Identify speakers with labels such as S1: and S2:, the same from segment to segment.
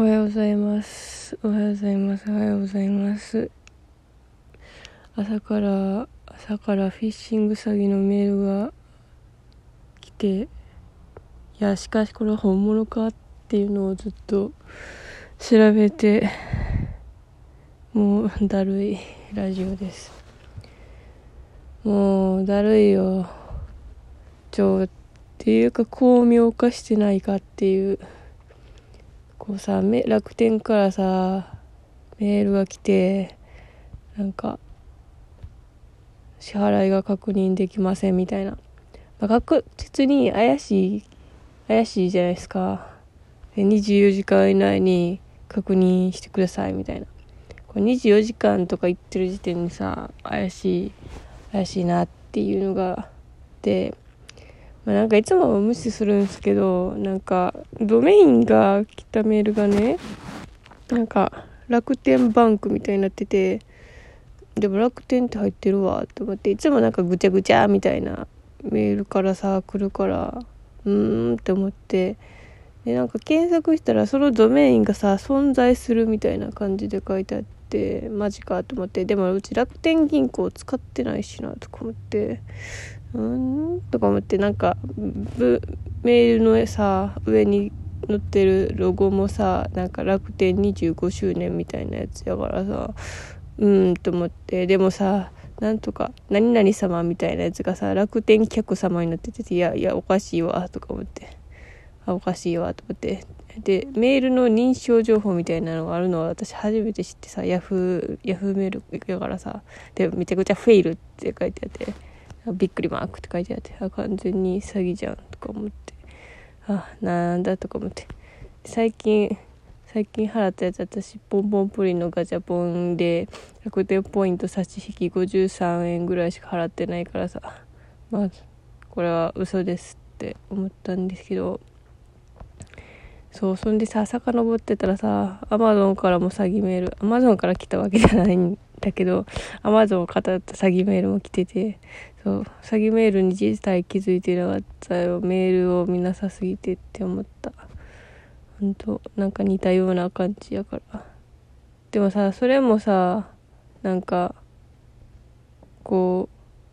S1: おはようございます。おはようございます。おはようございます。朝からフィッシング詐欺のメールが来て、いや、しかしこれ本物かっていうのをずっと調べて、もうだるいラジオです。もうだるいよ。っていうか巧妙化してないかっていう。こうさ、楽天からさ、メールが来て、なんか、支払いが確認できませんみたいな。確実に怪しいじゃないですか。で24時間以内に確認してくださいみたいな。これ24時間とか言ってる時点でさ、怪しいなっていうのがあって、なんかいつも無視するんですけど、なんかドメインが来たメールがね、なんか楽天バンクみたいになってて、でも楽天って入ってるわと思って、いつもなんかぐちゃぐちゃみたいなメールからさ来るからって思って、でなんか検索したらそのドメインがさ存在するみたいな感じで書いてあって、マジかと思って、でもうち楽天銀行使ってないしなとか思って、とか思って、なんかメールのさ上に載ってるロゴもさ、なんか楽天25周年みたいなやつやからさ、と思って、でもさ、なんとか何々様みたいなやつがさ、楽天客様になってて、いやおかしいわとか思って、おかしいわと思って、でメールの認証情報みたいなのがあるのは私初めて知ってさ、ヤフーメールやからさ、でめちゃくちゃフェイルって書いてあって、びっくりマークって書いてあって、完全に詐欺じゃんとか思って、なんだとか思って、最近払ったやつ、私ポンポンプリンのガチャポンで楽天ポイント差し引き53円ぐらいしか払ってないからさ、これは嘘ですって思ったんですけど、そんでさ、遡ってたらさ、アマゾンからも詐欺メール、アマゾンから来たわけじゃないんだけど、アマゾンを語った詐欺メールも来てて、詐欺メールに実際気づいてなかったよ。メールを見なさすぎてって思った。なんか似たような感じやから。でもさ、それもさ、なんかこ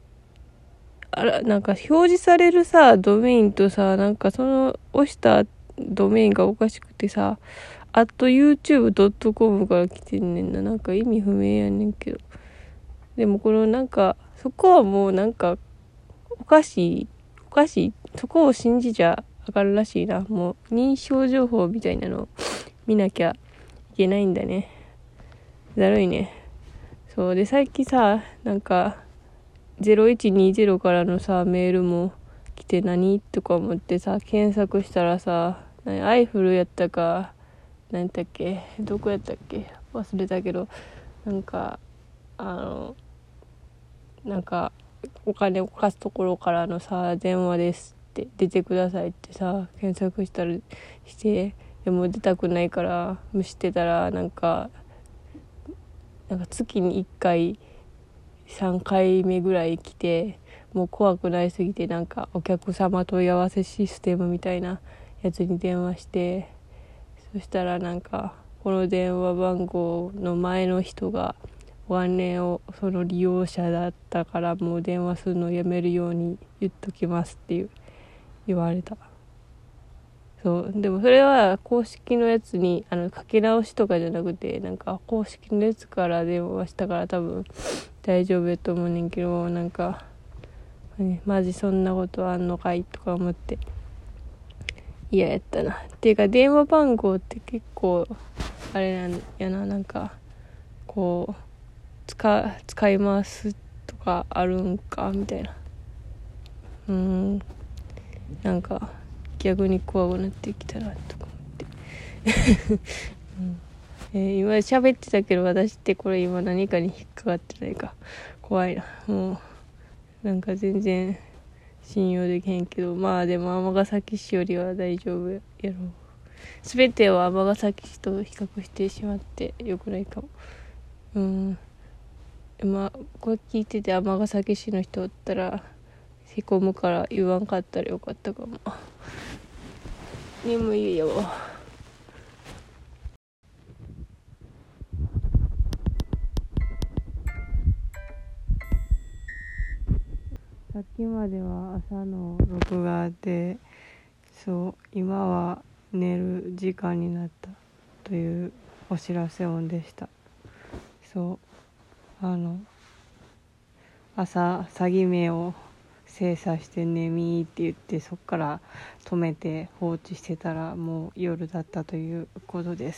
S1: なんか表示されるさドメインとさ、なんかその押したドメインがおかしくてさ、@youtube.com から来てんねんな。なんか意味不明やねんけど、でもこのなんかそこはもうなんかおかしい、そこを信じちゃあかんらしいな。もう認証情報みたいなのを見なきゃいけないんだね。だるいね。そうで、最近さ、なんか0120からのさメールも来て、何とか思ってさ検索したらさ、アイフルやったか何だっけ、どこやったっけ忘れたけど、なんかなんかお金を貸すところからのさ電話ですって出てくださいってさ検索したらして、でも出たくないから無視してたら、なんか月に1回3回目ぐらい来て、もう怖くなりすぎて、なんかお客様問い合わせシステムみたいなやつに電話して、そしたらなんかこの電話番号の前の人がお金をその利用者だったから、もう電話するのやめるように言っときますって言われた。でもそれは公式のやつにかけ直しとかじゃなくて、なんか公式のやつから電話したから多分大丈夫やと思うねんけど、なんか、マジそんなことあんのかいとか思って嫌やったな。っていうか電話番号って結構あれなんやな、なんかこう使いますとかあるんかみたいな。なんか逆に怖くなってきたなとか思って今喋ってたけど、私ってこれ今何かに引っかかってないか怖いな。もうなんか全然信用できへんけど、でも尼崎市よりは大丈夫やろう。全てを尼崎市と比較してしまってよくないかも。これ聞いてて尼崎市の人おったらへこむから言わんかったらよかったかも。眠いよ。 さっきまでは朝の録画で、そう今は寝る時間になったというお知らせ音でした。そう朝詐欺目を精査して寝みーって言って、そっから止めて放置してたらもう夜だったということです。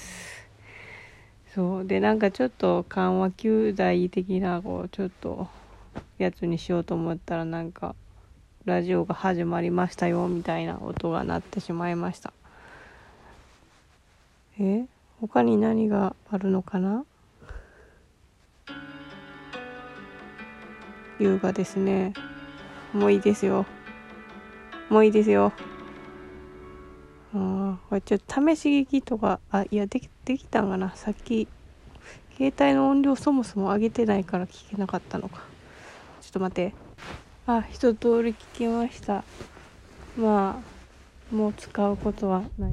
S1: そうで、なんかちょっと緩和球大的なちょっとやつにしようと思ったら、なんかラジオが始まりましたよみたいな音が鳴ってしまいました。他に何があるのかな。優雅ですね。もういいですよ。これちょっと試し聞きとか、いやできたんかな。さっき携帯の音量そもそも上げてないから聞けなかったのか。ちょっと待って。一通り聞きました。まあもう使うことはないか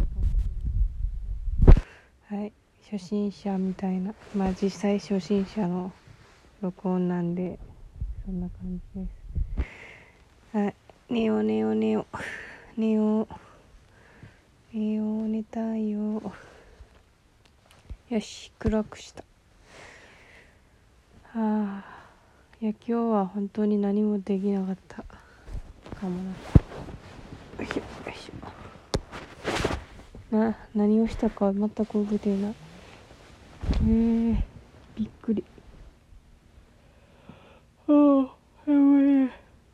S1: も。はい、初心者みたいな、実際初心者の録音なんでそんな感じです。はい、寝よう寝たいよ。よし、暗くした。いや今日は本当に何もできなかったかもな。よいしょ。何をしたか全く覚えていない。びっくり。やばい。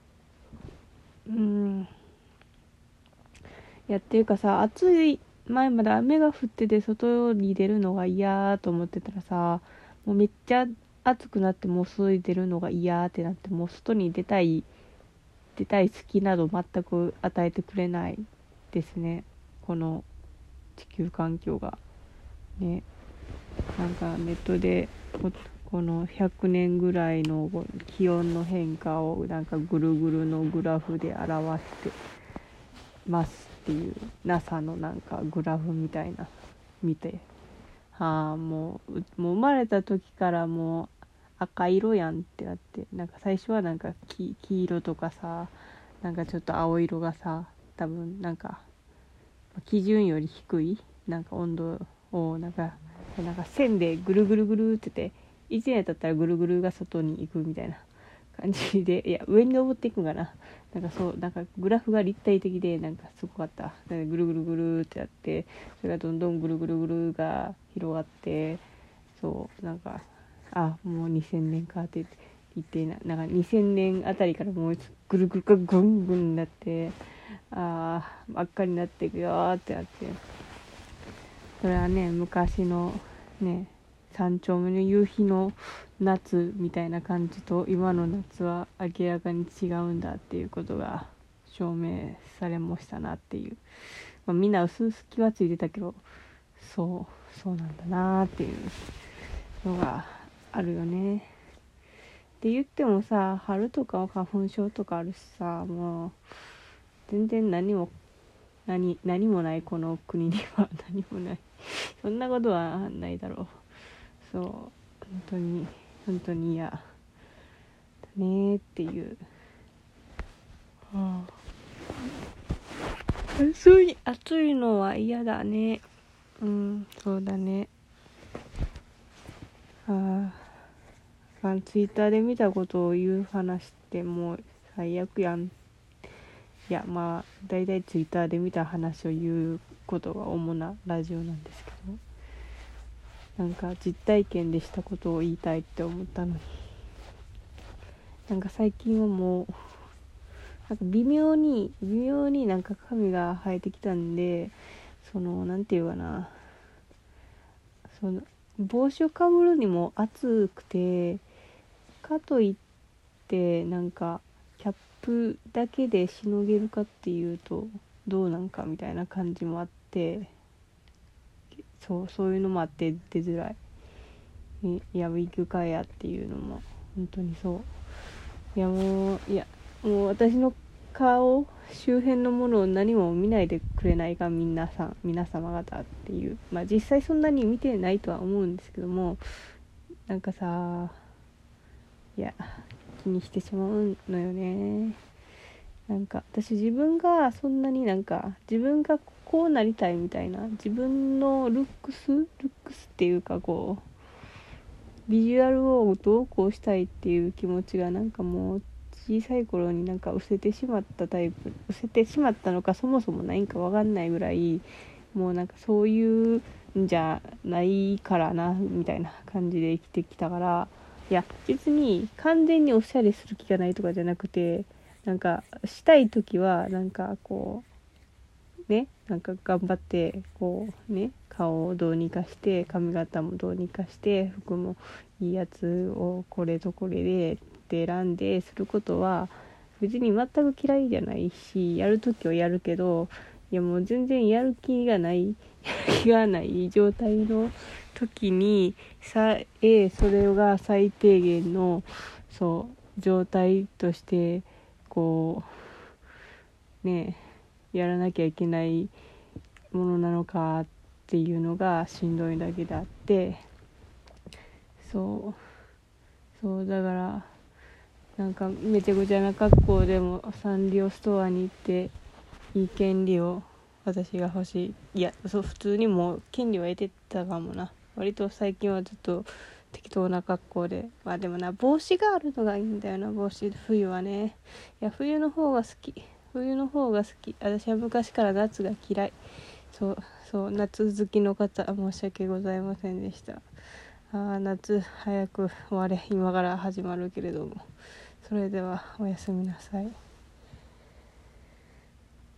S1: いやっていうかさ、暑い前まで雨が降ってて外に出るのが嫌と思ってたらさ、もうめっちゃ暑くなって、もう外に出るのが嫌ってなって、もう外に出たい好きなど全く与えてくれないですね、この地球環境がね。なんかネットでこの100年ぐらいの気温の変化をなんかぐるぐるのグラフで表してますっていう NASA のなんかグラフみたいな見て、もう生まれた時からもう赤色やんってなって、なんか最初はなんか黄色とかさ、なんかちょっと青色がさ、多分なんか基準より低いなんか温度をなんか線でぐるぐるぐるってて、1年経ったらぐるぐるが外に行くみたいな感じで、いや上に登っていくんかな。なんかグラフが立体的でなんかすごかった。ぐるぐるぐるってやって、それがどんどんぐるぐるぐるが広がって、そうなんかもう2000年かって言って、なんか2000年あたりからもうぐるぐるがぐんぐんになって、真っ赤になっていくよってなって、それはね昔のね三丁目の夕日の夏みたいな感じと今の夏は明らかに違うんだっていうことが証明されましたなっていう、みんな薄々気はついてたけど、そうなんだなっていうのがあるよね。って言ってもさ、春とかは花粉症とかあるしさ、もう全然何もないこの国には何もないそんなことはないだろう。本当に嫌だねっていう。暑いのは嫌だね。そうだね。ツイッターで見たことを言う話ってもう最悪やん。いやだいたいツイッターで見た話を言うことが主なラジオなんですけど、なんか実体験でしたことを言いたいって思ったのに、なんか最近はもうなんか微妙になんか髪が生えてきたんで、なんていうかな、帽子をかぶるにも暑くて、かといってなんかキャップだけでしのげるかっていうとどうなんかみたいな感じもあって、そういうのもあって出づらい。ウィッグかやっていうのも本当にそう。もう私の顔周辺のものを何も見ないでくれないか皆様方っていう、実際そんなに見てないとは思うんですけども、なんかさ、気にしてしまうのよね。 なんか私自分がそんなになんか自分がこうなりたいみたいな、自分のルックスっていうかこうビジュアルをどうこうしたいっていう気持ちがなんかもう小さい頃になんか失せてしまったタイプ、失せてしまったのかそもそもないんか分かんないぐらい、もうなんかそういうんじゃないからなみたいな感じで生きてきたから、いや別に完全におしゃれする気がないとかじゃなくて、なんかしたい時はなんかこうね、なんか頑張ってこうね、顔をどうにかして髪型もどうにかして服もいいやつをこれとこれでって選んですることは別に全く嫌いじゃないし、やるときはやるけど、いやもう全然やる気がないやる気がない状態の時にそれが最低限のそう状態としてこうねやらなきゃいけないものなのかっていうのがしんどいだけであって、そうだからなんかめちゃくちゃな格好でもサンリオストアに行っていい権利を私が欲しい、いやそう普通にもう権利は得てたかもな。割と最近はずっと適当な格好で、まあでもな帽子があるのがいいんだよな。帽子冬はね、いや冬の方が好き、冬の方が好き。私は昔から夏が嫌い。そう夏好きの方申し訳ございませんでした。夏早く終われ、今から始まるけれども。それではおやすみなさい。